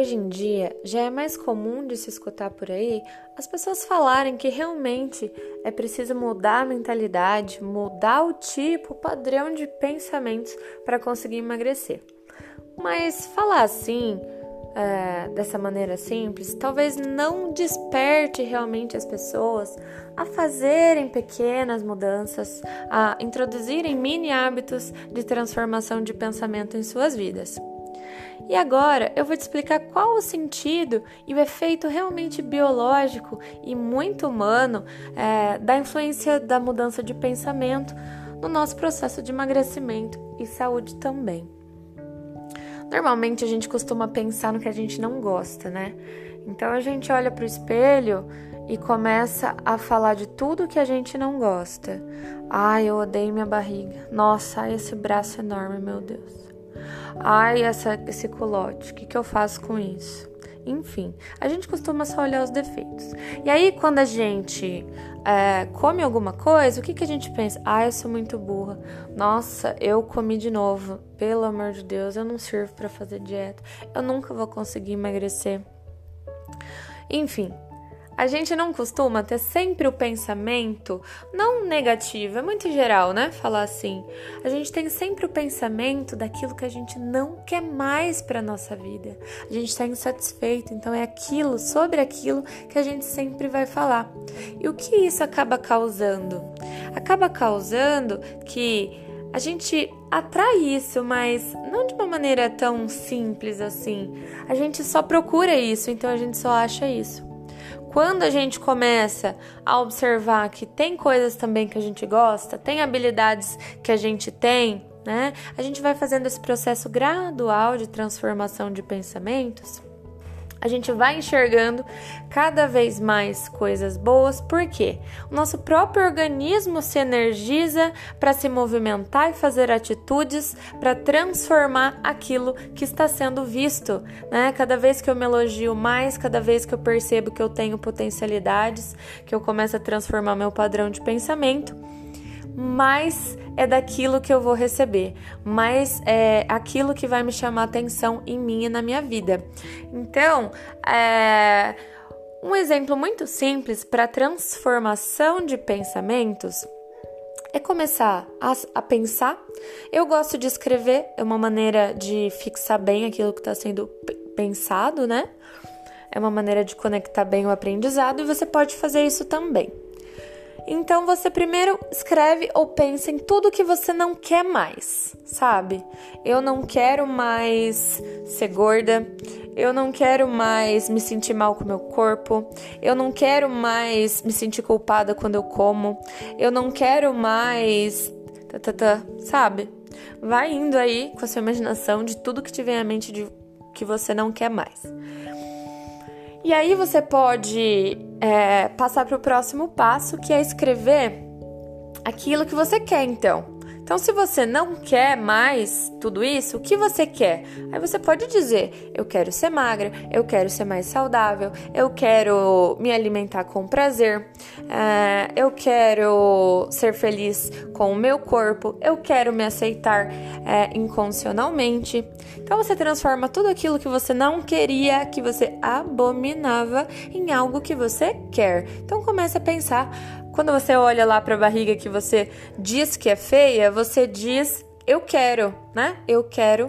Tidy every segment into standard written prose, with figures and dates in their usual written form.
Hoje em dia, já é mais comum de se escutar por aí as pessoas falarem que realmente é preciso mudar a mentalidade, mudar o tipo, o padrão de pensamentos para conseguir emagrecer. Mas falar assim, dessa maneira simples, talvez não desperte realmente as pessoas a fazerem pequenas mudanças, a introduzirem mini hábitos de transformação de pensamento em suas vidas. E agora eu vou te explicar qual o sentido e o efeito realmente biológico e muito humano da influência da mudança de pensamento no nosso processo de emagrecimento e saúde também. Normalmente a gente costuma pensar no que a gente não gosta, né? Então a gente olha para o espelho e começa a falar de tudo que a gente não gosta. Ai, eu odeio minha barriga. Nossa, ai, esse braço enorme, meu Deus. Ai, esse culote, o que eu faço com isso? Enfim, a gente costuma só olhar os defeitos. E aí, quando a gente come alguma coisa, o que a gente pensa? Ah, eu sou muito burra. Nossa, eu comi de novo. Pelo amor de Deus, eu não sirvo para fazer dieta. Eu nunca vou conseguir emagrecer. Enfim, a gente não costuma ter sempre o pensamento não negativo, é muito geral, né? Falar assim. A gente tem sempre o pensamento daquilo que a gente não quer mais para nossa vida. A gente está insatisfeito, então é sobre aquilo que a gente sempre vai falar. E o que isso acaba causando? Acaba causando que a gente atrai isso, mas não de uma maneira tão simples assim. A gente só procura isso, então a gente só acha isso. Quando a gente começa a observar que tem coisas também que a gente gosta, tem habilidades que a gente tem, né? A gente vai fazendo esse processo gradual de transformação de pensamentos. A gente vai enxergando cada vez mais coisas boas, porque o nosso próprio organismo se energiza para se movimentar e fazer atitudes para transformar aquilo que está sendo visto, né? Cada vez que eu me elogio mais, cada vez que eu percebo que eu tenho potencialidades, que eu começo a transformar meu padrão de pensamento, mais é daquilo que eu vou receber, mais é aquilo que vai me chamar atenção em mim e na minha vida. Então, um exemplo muito simples para transformação de pensamentos é começar a pensar. Eu gosto de escrever, é uma maneira de fixar bem aquilo que está sendo pensado, né? É uma maneira de conectar bem o aprendizado e você pode fazer isso também. Então, você primeiro escreve ou pensa em tudo que você não quer mais, sabe? Eu não quero mais ser gorda, eu não quero mais me sentir mal com o meu corpo, eu não quero mais me sentir culpada quando eu como, eu não quero mais... sabe? Vai indo aí com a sua imaginação de tudo que te vem à mente de que você não quer mais. E aí você pode passar para o próximo passo, que é escrever aquilo que você quer, então. Então, se você não quer mais tudo isso, o que você quer? Aí você pode dizer, eu quero ser magra, eu quero ser mais saudável, eu quero me alimentar com prazer, eu quero ser feliz com o meu corpo, eu quero me aceitar incondicionalmente. Então, você transforma tudo aquilo que você não queria, que você abominava, em algo que você quer. Então, comece a pensar. Quando você olha lá para a barriga que você diz que é feia, você diz, eu quero, né? Eu quero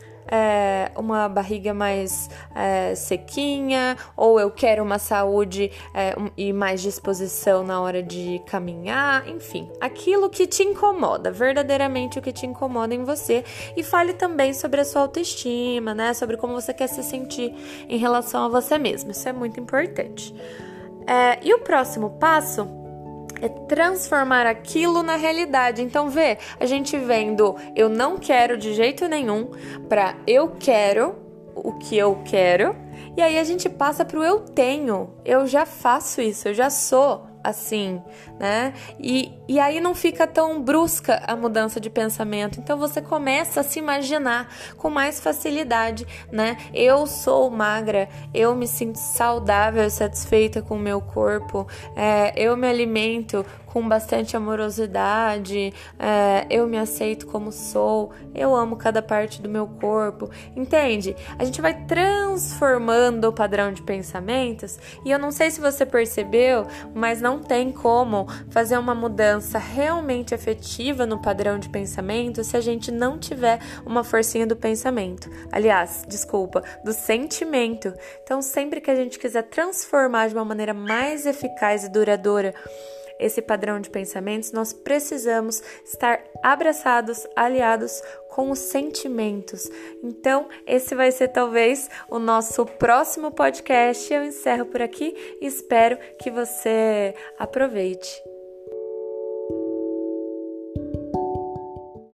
uma barriga mais sequinha, ou eu quero uma saúde e mais disposição na hora de caminhar, enfim, aquilo que te incomoda, verdadeiramente o que te incomoda em você. E fale também sobre a sua autoestima, né? Sobre como você quer se sentir em relação a você mesmo, isso é muito importante. E o próximo passo é transformar aquilo na realidade. Então, a gente vem do eu não quero de jeito nenhum para eu quero o que eu quero. E aí a gente passa para o eu tenho. Eu já faço isso, eu já sou assim, né? E E aí não fica tão brusca a mudança de pensamento. Então você começa a se imaginar com mais facilidade, né? Eu sou magra, eu me sinto saudável e satisfeita com o meu corpo, eu me alimento com bastante amorosidade, eu me aceito como sou, eu amo cada parte do meu corpo, entende? A gente vai transformando o padrão de pensamentos e eu não sei se você percebeu, mas não tem como fazer uma mudança realmente efetiva no padrão de pensamento se a gente não tiver uma forcinha do pensamento. Aliás, do sentimento. Então, sempre que a gente quiser transformar de uma maneira mais eficaz e duradoura esse padrão de pensamentos, nós precisamos estar abraçados, aliados com os sentimentos. Então, esse vai ser talvez o nosso próximo podcast. Eu encerro por aqui e espero que você aproveite.